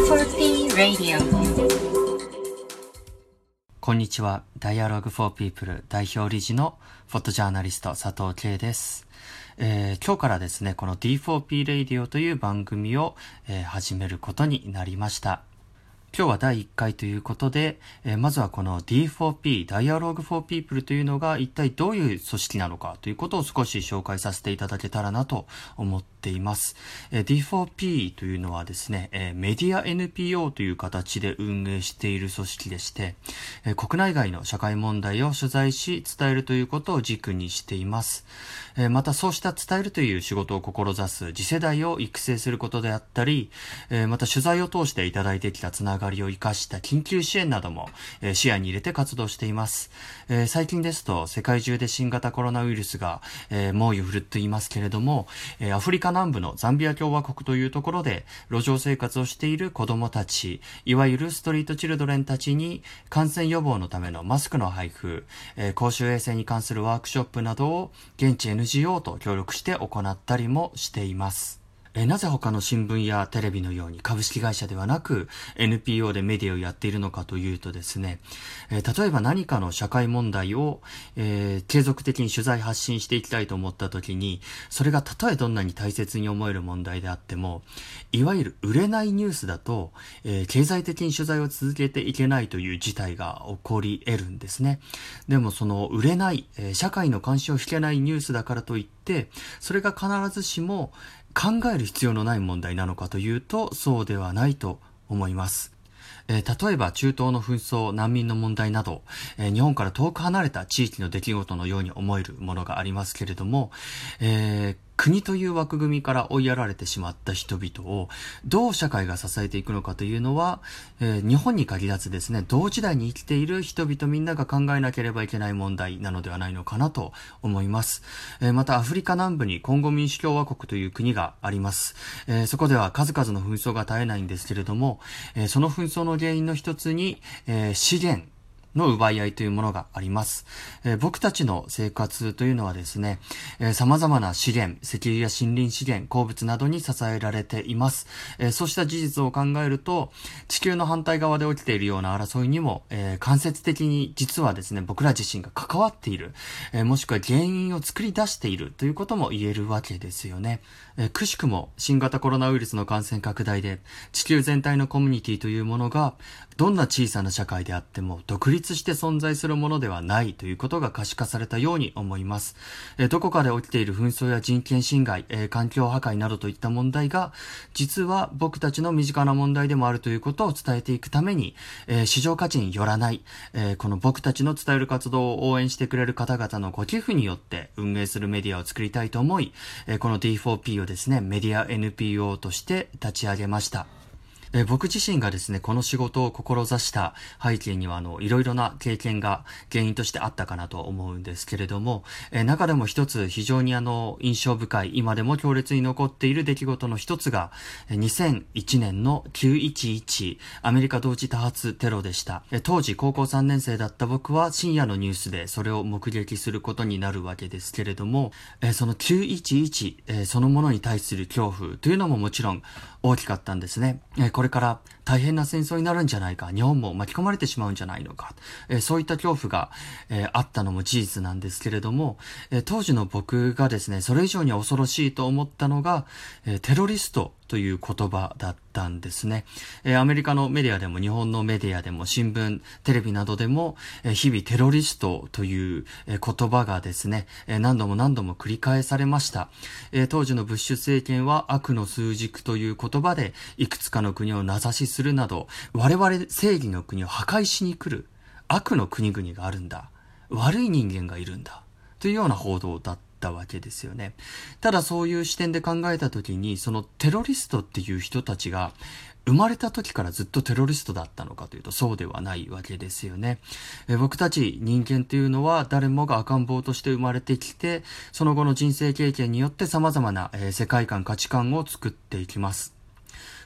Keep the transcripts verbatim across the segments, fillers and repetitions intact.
フォーティー Radio。 こんにちは。Dialogue for People 代表理事のフォトジャーナリスト佐藤圭です。えー、今日からですね、この ディーフォーピー Radio という番組を、えー、始めることになりました。今日はだいいっかいということで、えー、まずはこの ディーフォーピー Dialogue for People というのが一体どういう組織なのかということを少し紹介させていただけたらなと思っています。えー、ディーフォーピー というのはですね、えー、メディア エヌピーオー という形で運営している組織でして、えー、国内外の社会問題を取材し伝えるということを軸にしています。えー、またそうした伝えるという仕事を志す次世代を育成することであったり、えー、また取材を通していただいてきたつながりを生かした緊急支援なども、えー、視野に入れて活動しています。えー、最近ですと世界中で新型コロナウイルスが、えー、猛威を振るっていますけれども、えー、アフリカ南部のザンビア共和国というところで路上生活をしている子どもたち、いわゆるストリートチルドレンたちに感染予防のためのマスクの配布、えー、公衆衛生に関するワークショップなどを現地 エヌジーオー と協力して行ったりもしています。えなぜ他の新聞やテレビのように株式会社ではなく エヌピーオー でメディアをやっているのかというとですね、えー、例えば何かの社会問題を、えー、継続的に取材発信していきたいと思った時に、それがたとえどんなに大切に思える問題であっても、いわゆる売れないニュースだと、えー、経済的に取材を続けていけないという事態が起こり得るんですね。でもその売れない、えー、社会の関心を引けないニュースだからといって、それが必ずしも考える必要のない問題なのかというと、そうではないと思います。えー、例えば中東の紛争、難民の問題など、えー、日本から遠く離れた地域の出来事のように思えるものがありますけれども、えー国という枠組みから追いやられてしまった人々をどう社会が支えていくのかというのは、えー、日本に限らずですね、同時代に生きている人々みんなが考えなければいけない問題なのではないのかなと思います。えー、またアフリカ南部にコンゴ民主共和国という国があります。えー、そこでは数々の紛争が絶えないんですけれども、えー、その紛争の原因の一つに、えー、資源の奪い合いというものがあります。えー、僕たちの生活というのはですね、えー、様々な資源、石油や森林資源、鉱物などに支えられています。えー、そうした事実を考えると、地球の反対側で起きているような争いにも、えー、間接的に実はですね、僕ら自身が関わっている、えー、もしくは原因を作り出しているということも言えるわけですよね。えー、くしくも新型コロナウイルスの感染拡大で、地球全体のコミュニティというものが、どんな小さな社会であっても独立して存在するものではないということが可視化されたように思います。えー、どこかで起きている紛争や人権侵害、えー、環境破壊などといった問題が実は僕たちの身近な問題でもあるということを伝えていくために、えー、市場価値によらない、えー、この僕たちの伝える活動を応援してくれる方々のご寄付によって運営するメディアを作りたいと思い、えー、この ディーフォーピー をですね、メディア エヌピーオー として立ち上げました。えー、僕自身がですね、この仕事を志した背景には、あの、いろいろな経験が原因としてあったかなと思うんですけれども、えー、中でも一つ非常にあの、印象深い、今でも強烈に残っている出来事の一つが、にせんいちねんのきゅういちいちアメリカ同時多発テロでした。えー、当時高校さんねん生だった僕は深夜のニュースでそれを目撃することになるわけですけれども、えー、そのきゅういちいち、えー、そのものに対する恐怖というのももちろん大きかったんですね。えーこれから大変な戦争になるんじゃないか、日本も巻き込まれてしまうんじゃないのか、えー、そういった恐怖が、えー、あったのも事実なんですけれども、えー、当時の僕がですね、それ以上に恐ろしいと思ったのが、えー、テロリストという言葉だったんですね。えー、アメリカのメディアでも日本のメディアでも新聞、テレビなどでも、えー、日々テロリストという、えー、言葉がですね、えー、何度も何度も繰り返されました。えー、当時のブッシュ政権は悪の枢軸という言葉でいくつかの国を名指しするなど、我々正義の国を破壊しに来る悪の国々があるんだ、悪い人間がいるんだというような報道だったわけですよね。ただそういう視点で考えたときに、そのテロリストっていう人たちが生まれた時からずっとテロリストだったのかというとそうではないわけですよね。え僕たち人間というのは誰もが赤ん坊として生まれてきて、その後の人生経験によって様々な、えー、世界観価値観を作っていきます。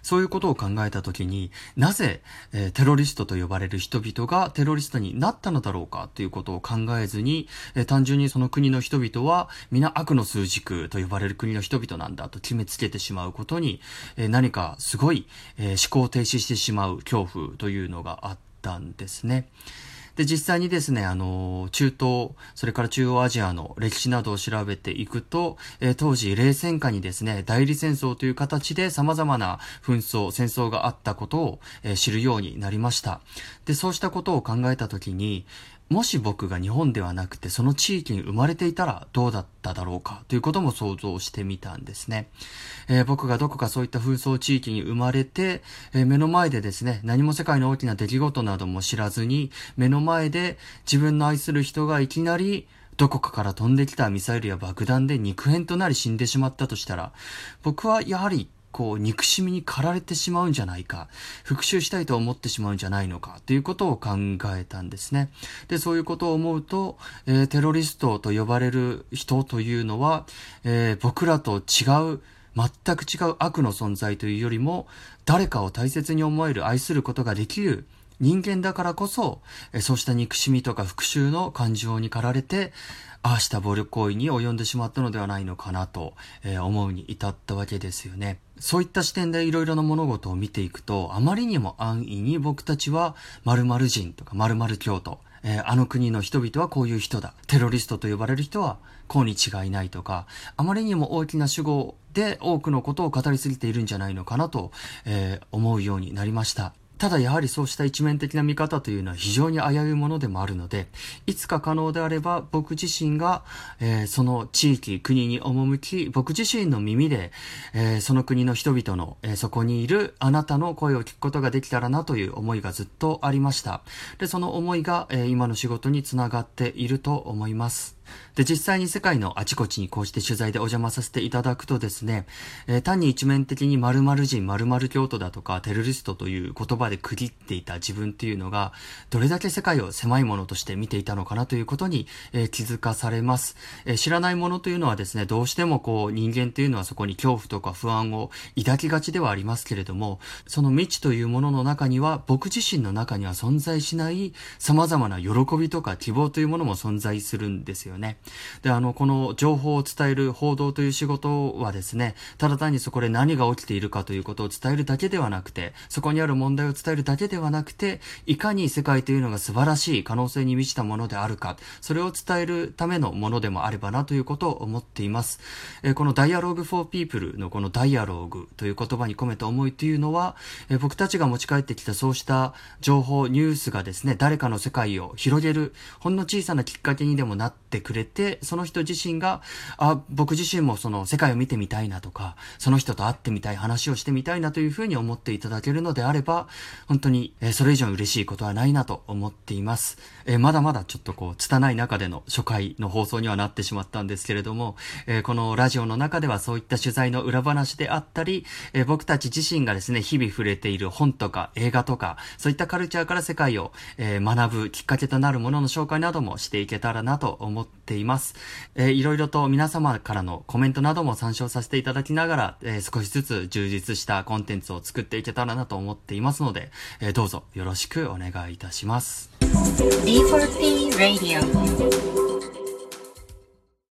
そういうことを考えたときに、なぜ、えー、テロリストと呼ばれる人々がテロリストになったのだろうかということを考えずに、えー、単純にその国の人々は皆悪の枢軸と呼ばれる国の人々なんだと決めつけてしまうことに、えー、何かすごい、えー、思考停止してしまう恐怖というのがあったんですね。で、実際にですね、あの、中東、それから中央アジアの歴史などを調べていくと、えー、当時、冷戦下にですね、代理戦争という形で様々な紛争、戦争があったことを、えー、知るようになりました。で、そうしたことを考えたときに、もし僕が日本ではなくてその地域に生まれていたらどうだっただろうかということも想像してみたんですね。えー、僕がどこかそういった紛争地域に生まれて、えー、目の前でですね、何も世界の大きな出来事なども知らずに、目の前で自分の愛する人がいきなりどこかから飛んできたミサイルや爆弾で肉片となり死んでしまったとしたら、僕はやはりこう憎しみに駆られてしまうんじゃないか、復讐したいと思ってしまうんじゃないのかということを考えたんですね。で、そういうことを思うと、えー、テロリストと呼ばれる人というのは、えー、僕らと違う全く違う悪の存在というよりも、誰かを大切に思える、愛することができる人間だからこそ、えそうした憎しみとか復讐の感情に駆られて、ああした暴力行為に及んでしまったのではないのかなと、えー、思うに至ったわけですよね。そういった視点でいろいろな物事を見ていくと、あまりにも安易に僕たちは〇〇人とか〇〇教徒、えー、あの国の人々はこういう人だ、テロリストと呼ばれる人はこうに違いないとか、あまりにも大きな主語で多くのことを語りすぎているんじゃないのかなと、えー、思うようになりました。ただやはりそうした一面的な見方というのは非常に危ういものでもあるので、いつか可能であれば僕自身が、えー、その地域、国に赴き、僕自身の耳で、えー、その国の人々の、えー、そこにいるあなたの声を聞くことができたらなという思いがずっとありました。で、その思いが、えー、今の仕事につながっていると思います。で、実際に世界のあちこちにこうして取材でお邪魔させていただくとですね、えー、単に一面的に〇〇人、〇〇教徒だとかテロリストという言葉で区切っていた自分っていうのが、どれだけ世界を狭いものとして見ていたのかなということに、えー、気づかされます、えー。知らないものというのはですね、どうしてもこう人間というのはそこに恐怖とか不安を抱きがちではありますけれども、その未知というものの中には、僕自身の中には存在しない様々な喜びとか希望というものも存在するんですよね。で、あの、この情報を伝える報道という仕事はですね、ただ単にそこで何が起きているかということを伝えるだけではなくて、そこにある問題を伝えるだけではなくて、いかに世界というのが素晴らしい可能性に満ちたものであるか、それを伝えるためのものでもあればなということを思っています。えー、この Dialogue for People のこのダイアローグという言葉に込めた思いというのは、えー、僕たちが持ち帰ってきたそうした情報、ニュースがですね、誰かの世界を広げる、ほんの小さなきっかけにでもなってくれて、その人自身が、あ、僕自身もその世界を見てみたいなとか、その人と会ってみたい、話をしてみたいなというふうに思っていただけるのであれば、本当に、えー、それ以上嬉しいことはないなと思っています。えー、まだまだちょっとこう、拙い中での初回の放送にはなってしまったんですけれども、えー、このラジオの中ではそういった取材の裏話であったり、えー、僕たち自身がですね、日々触れている本とか映画とか、そういったカルチャーから世界を、えー、学ぶきっかけとなるものの紹介などもしていけたらなと思っています。えー、いろいろと皆様からのコメントなども参照させていただきながら、えー、少しずつ充実したコンテンツを作っていけたらなと思っていますので、えー、どうぞよろしくお願いいたします。 ディーフォーピー Radio